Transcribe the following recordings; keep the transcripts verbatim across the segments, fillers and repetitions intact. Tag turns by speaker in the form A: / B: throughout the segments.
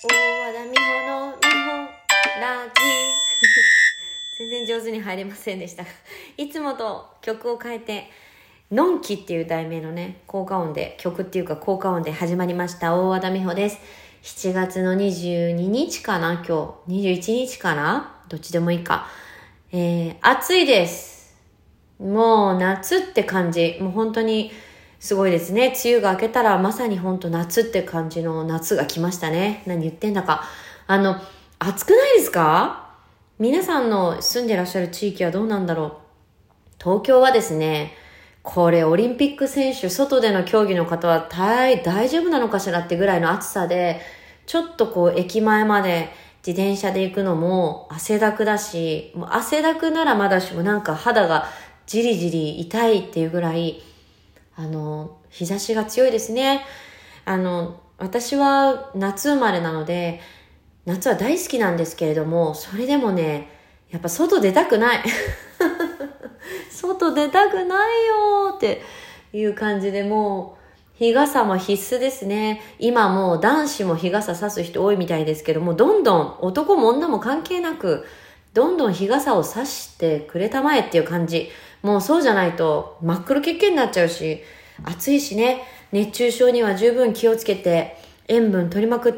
A: 大和田美穂の日本ラジ全然上手に入れませんでしたが、いつもと曲を変えてのんきっていう題名のね、効果音で、曲っていうか効果音で始まりました大和田美穂です。しちがつのにじゅうににちかな、今日にじゅういちにちかな、どっちでもいいか。えー、暑いです。もう夏って感じ、もう本当にすごいですね。梅雨が明けたらまさに本当夏って感じの夏が来ましたね。何言ってんだか。あの、暑くないですか？皆さんの住んでらっしゃる地域はどうなんだろう。東京はですね、これオリンピック選手、外での競技の方は大大丈夫なのかしらってぐらいの暑さで、ちょっとこう駅前まで自転車で行くのも汗だくだし、もう汗だくならまだしもなんか肌がじりじり痛いっていうぐらい、あの、日差しが強いですね。あの、私は夏生まれなので、夏は大好きなんですけれども、それでもね、やっぱ外出たくない。外出たくないよっていう感じで、もう日傘も必須ですね。今もう男子も日傘差す人多いみたいですけども、どんどん男も女も関係なく、どんどん日傘を差してくれたまえっていう感じ。もうそうじゃないと真っ黒血形になっちゃうし、暑いしね、熱中症には十分気をつけて、塩分取りまくって、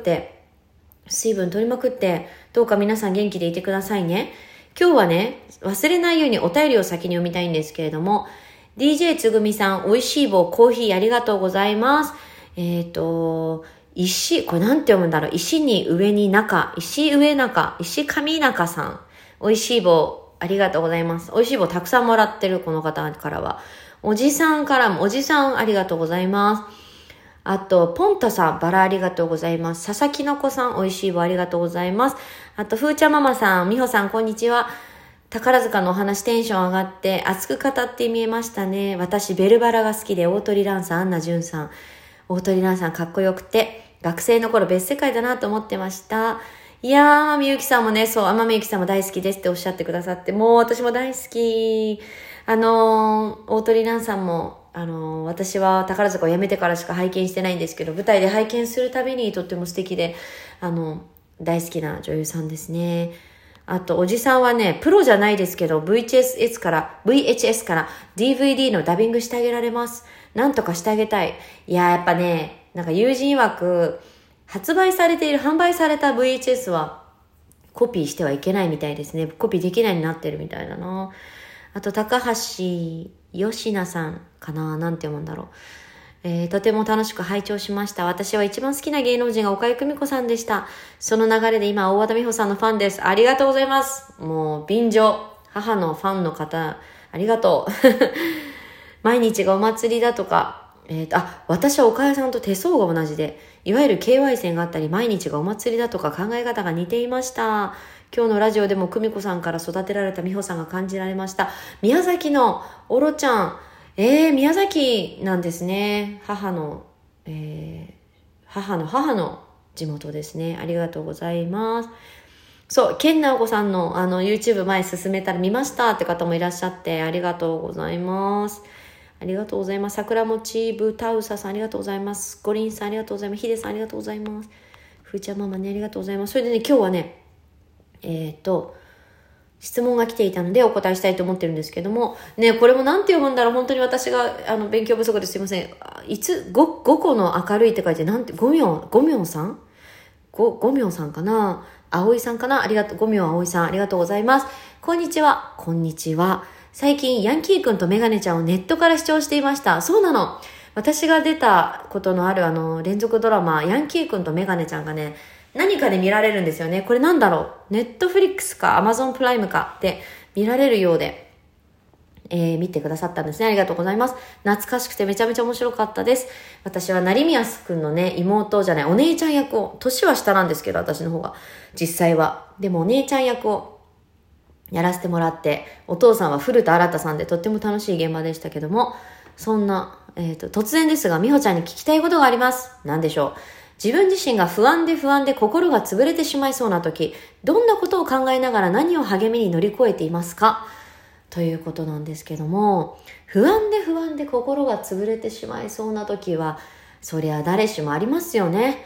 A: 水分取りまくって、どうか皆さん元気でいてくださいね。今日はね、忘れないようにお便りを先に読みたいんですけれども、ディージェー つぐみさん、おいしい棒コーヒーありがとうございます。えっと、石、これなんて読むんだろう。石に上に中、石上中、石上中さん。おいしい棒ありがとうございます。おいしい棒たくさんもらってるこの方からは。おじさんからも、おじさんありがとうございます。あと、ポンタさん、バラありがとうございます。佐々木の子さん、おいしい棒ありがとうございます。あと、ふーちゃんママさん、みほさん、こんにちは。宝塚のお話テンション上がって熱く語って見えましたね。私、ベルバラが好きで、大鳥蘭さん、アンナジュンさん。大鳥蘭さんかっこよくて、学生の頃別世界だなと思ってました。いやー、天海祐希さんもね、そう、天海祐希さんも大好きですっておっしゃってくださって、もう私も大好き。あのー、大鳥蘭さんも、あのー、私は宝塚を辞めてからしか拝見してないんですけど、舞台で拝見するたびにとっても素敵で、あの、大好きな女優さんですね。あと、おじさんはね、プロじゃないですけど、ブイエイチエス から、ブイエイチエス から ディーブイディー のダビングしてあげられます。なんとかしてあげたい。いやー、やっぱね、なんか友人曰く、発売されている、販売された ブイエイチエス はコピーしてはいけないみたいですね。コピーできないようになってるみたいだな。あと、高橋よしなさんかな、なんて読むんだろう。えー、とても楽しく拝聴しました。私は一番好きな芸能人が岡井久美子さんでした。その流れで今、大和田美穂さんのファンです。ありがとうございます。もう、便乗。母のファンの方、ありがとう。毎日がお祭りだとか、えーと、あ、私は岡谷さんと手相が同じで、いわゆる ケーワイ 線があったり、毎日がお祭りだとか考え方が似ていました。今日のラジオでも久美子さんから育てられた美穂さんが感じられました。宮崎のオロちゃん、えー、宮崎なんですね。母の、えー、母の母の地元ですね。ありがとうございます。そう、ケンナオコさんのあの YouTube 前進めたら見ましたって方もいらっしゃって、ありがとうございます。ありがとうございます。桜餅ブタウサさんありがとうございます。ゴリンさんありがとうございます。ヒデさんありがとうございます。ふーちゃんママねありがとうございます。それでね、今日はね、えっと、質問が来ていたのでお答えしたいと思ってるんですけども、ね、これもなんて読むんだろう。本当に私があの勉強不足ですいません。いつ、ご、ごこの明るいって書いて、なんて、ごみょう、ごみょうさんご、ごみょうさんかな、葵さんかな、ありがとう、ごみょう葵さんありがとうございます。こんにちは。こんにちは。最近ヤンキーくんとメガネちゃんをネットから視聴していました。そうなの。私が出たことのあるあの連続ドラマ、ヤンキーくんとメガネちゃんがね、何かで見られるんですよね。これなんだろう。ネットフリックスかアマゾンプライムかで見られるようで、えー、見てくださったんですね。ありがとうございます。懐かしくてめちゃめちゃ面白かったです。私は成宮くんのね、妹じゃない、お姉ちゃん役を、年は下なんですけど、私の方が、実際は。でもお姉ちゃん役をやらせてもらって、お父さんは古田新太さんでとっても楽しい現場でしたけども、そんな、えっと、突然ですが、美穂ちゃんに聞きたいことがあります。何でしょう。自分自身が不安で不安で心が潰れてしまいそうな時、どんなことを考えながら何を励みに乗り越えていますかということなんですけども、不安で不安で心が潰れてしまいそうな時は、そりゃ誰しもありますよね。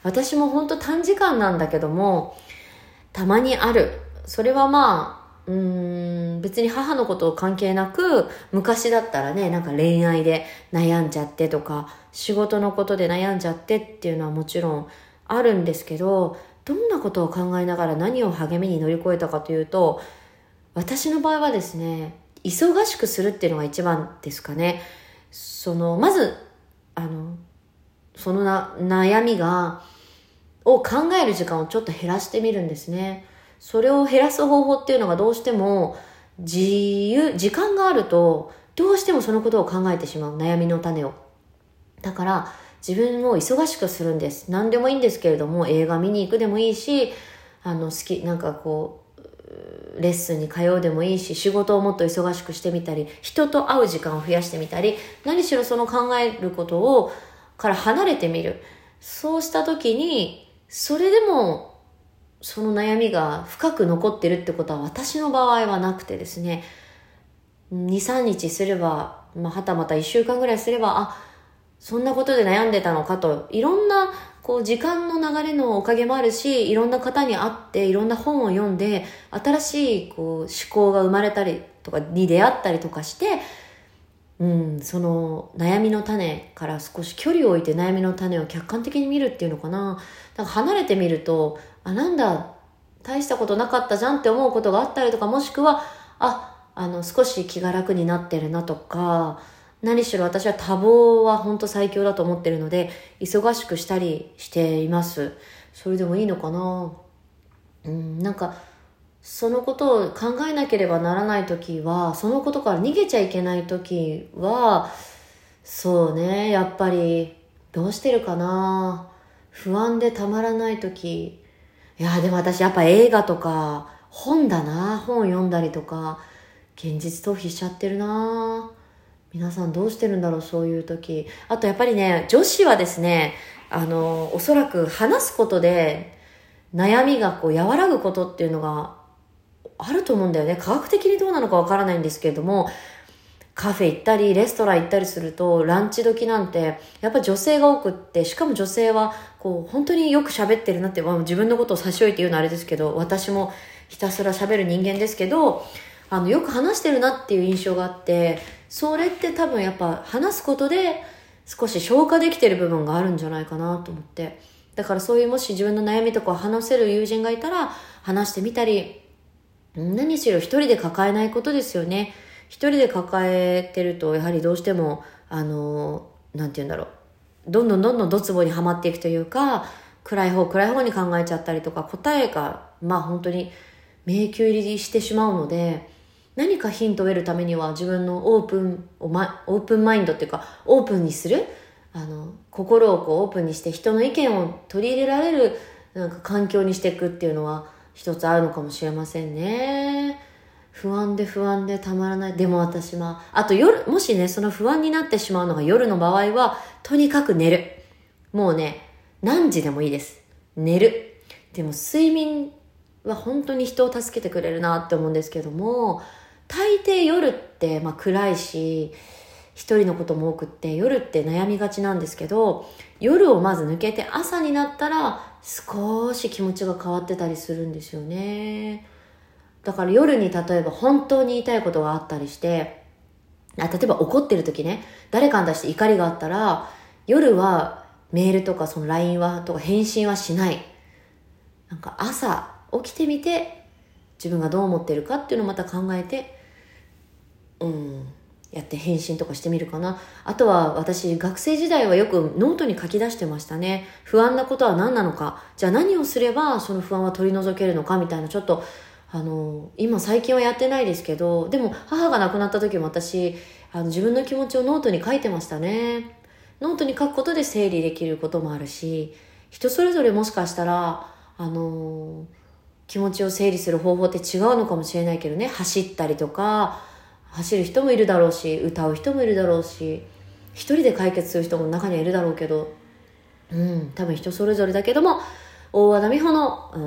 A: 私も本当短時間なんだけども、たまにある。それはまあ、うーん、別に母のこと関係なく、昔だったらね、なんか恋愛で悩んじゃってとか、仕事のことで悩んじゃってっていうのはもちろんあるんですけど、どんなことを考えながら何を励みに乗り越えたかというと、私の場合はですね、忙しくするっていうのが一番ですかね。その、まず、あの、そのな悩みが、を考える時間をちょっと減らしてみるんですね。それを減らす方法っていうのがどうしても、自由、時間があると、どうしてもそのことを考えてしまう、悩みの種を。だから、自分を忙しくするんです。何でもいいんですけれども、映画見に行くでもいいし、あの、好き、なんかこう、レッスンに通うでもいいし、仕事をもっと忙しくしてみたり、人と会う時間を増やしてみたり、何しろその考えることを、から離れてみる。そうした時に、それでも、その悩みが深く残ってるってことは私の場合はなくてですね、に、さんにちすれば、まあ、はたまたいっしゅうかんぐらいすれば、あ、そんなことで悩んでたのかと、いろんな、こう、時間の流れのおかげもあるし、いろんな方に会って、いろんな本を読んで、新しい、こう、思考が生まれたりとかに出会ったりとかして、うん、その、悩みの種から少し距離を置いて悩みの種を客観的に見るっていうのかな。だから離れてみると、あ、なんだ、大したことなかったじゃんって思うことがあったりとか、もしくは、あ、あの、少し気が楽になってるなとか、何しろ私は多忙は本当最強だと思ってるので、忙しくしたりしています。それでもいいのかな。うん、なんか、そのことを考えなければならないときは、そのことから逃げちゃいけないときは、そうね、やっぱり、どうしてるかな。不安でたまらないとき。いや、でも私やっぱ映画とか、本だな。本読んだりとか、現実逃避しちゃってるな。皆さんどうしてるんだろう、そういう時。あとやっぱりね、女子はですね、あの、おそらく話すことで悩みがこう和らぐことっていうのがあると思うんだよね。科学的にどうなのかわからないんですけれども、カフェ行ったり、レストラン行ったりすると、ランチ時なんて、やっぱ女性が多くって、しかも女性は、こう、本当によく喋ってるなって、まあ、自分のことを差し置いて言うのはあれですけど、私もひたすら喋る人間ですけど、あの、よく話してるなっていう印象があって、それって多分やっぱ話すことで少し消化できてる部分があるんじゃないかなと思って。だからそういうもし自分の悩みとかを話せる友人がいたら話してみたり、何しろ一人で抱えないことですよね。一人で抱えてるとやはりどうしても、あの、なんて言うんだろう。どんどんどんどんドツボにはまっていくというか、暗い方暗い方に考えちゃったりとか、答えがまあ本当に迷宮入りしてしまうので、何かヒントを得るためには自分のオープンを、ま、オープンマインドっていうかオープンにする、あの心をこうオープンにして人の意見を取り入れられるなんか環境にしていくっていうのは一つあるのかもしれませんね。不安で不安でたまらない。でも私はあと夜、もしねその不安になってしまうのが夜の場合はとにかく寝る。もうね何時でもいいです。寝る。でも睡眠は本当に人を助けてくれるなって思うんですけども、大抵夜って、まあ、暗いし一人のことも多くって夜って悩みがちなんですけど、夜をまず抜けて朝になったら少し気持ちが変わってたりするんですよね。だから夜に例えば本当に言いたいことがあったりして、あ例えば怒ってる時ね、誰かに対して怒りがあったら夜はメールとかその ライン はとか返信はしない。なんか朝起きてみて自分がどう思ってるかっていうのをまた考えて、うん、やって返信とかしてみるかな。あとは私学生時代はよくノートに書き出してましたね。不安なことは何なのか、じゃあ何をすればその不安は取り除けるのかみたいな、ちょっとあの今最近はやってないですけど、でも母が亡くなった時も私あの自分の気持ちをノートに書いてましたね。ノートに書くことで整理できることもあるし、人それぞれもしかしたらあの気持ちを整理する方法って違うのかもしれないけどね。走ったりとか、走る人もいるだろうし、歌う人もいるだろうし、一人で解決する人も中にはいるだろうけど、うん、多分人それぞれだけども、大和田美穂の、うん、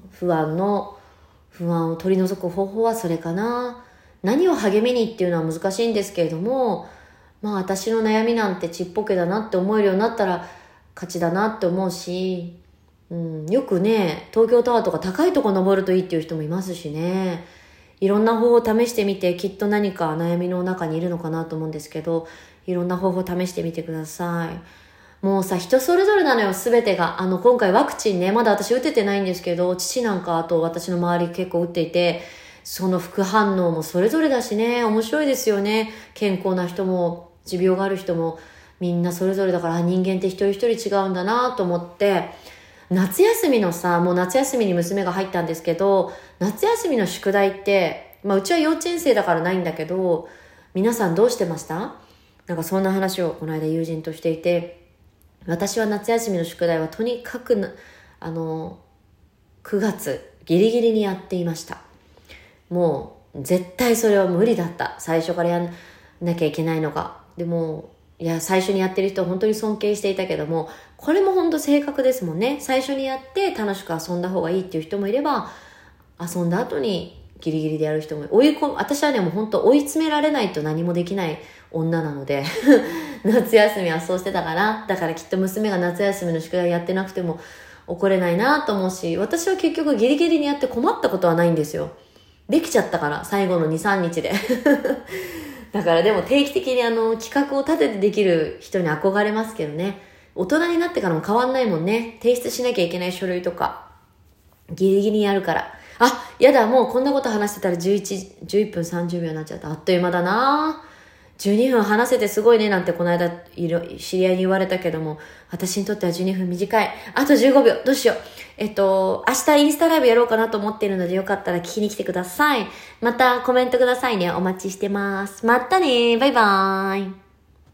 A: 不安の不安を取り除く方法はそれかな。何を励みにっていうのは難しいんですけれども、まあ私の悩みなんてちっぽけだなって思えるようになったら勝ちだなって思うし、 うん、よくね、東京タワーとか高いとこ登るといいっていう人もいますしね。いろんな方法を試してみて、きっと何か悩みの中にいるのかなと思うんですけど、いろんな方法を試してみてください。もうさ、人それぞれなのよ、すべてが。あの、今回ワクチンね、まだ私打ててないんですけど、父なんかあと私の周り結構打っていて、その副反応もそれぞれだしね、面白いですよね。健康な人も、持病がある人も、みんなそれぞれだから、人間って一人一人違うんだなと思って、夏休みのさ、もう夏休みに娘が入ったんですけど、夏休みの宿題って、まあうちは幼稚園生だからないんだけど、皆さんどうしてました？なんかそんな話をこの間友人としていて、私は夏休みの宿題はとにかくな、あの、くがつギリギリにやっていました。もう絶対それは無理だった。最初からやんなきゃいけないのが。でも、いや、最初にやってる人は本当に尊敬していたけども、これも本当性格ですもんね。最初にやって楽しく遊んだ方がいいっていう人もいれば、遊んだ後にギリギリでやる人もいる。追い込む、私はね、もう本当追い詰められないと何もできない女なので、夏休みはそうしてたかな。だからきっと娘が夏休みの宿題やってなくても怒れないなと思うし、私は結局ギリギリにやって困ったことはないんですよ。できちゃったから、最後のに、さんにちで。だからでも定期的にあの企画を立ててできる人に憧れますけどね。大人になってからも変わんないもんね。提出しなきゃいけない書類とか。ギリギリにやるから。あ、やだ、もうこんなこと話してたらじゅういち、じゅういっぷんさんじゅうびょうになっちゃった。あっという間だな。じゅうにふん話せてすごいねなんてこの間いろ知り合いに言われたけども、私にとってはじゅうにふん短い。あとじゅうごびょう。どうしよう。えっと、明日インスタライブやろうかなと思っているのでよかったら聞きに来てください。またコメントくださいね。お待ちしてます。またね。バイバーイ。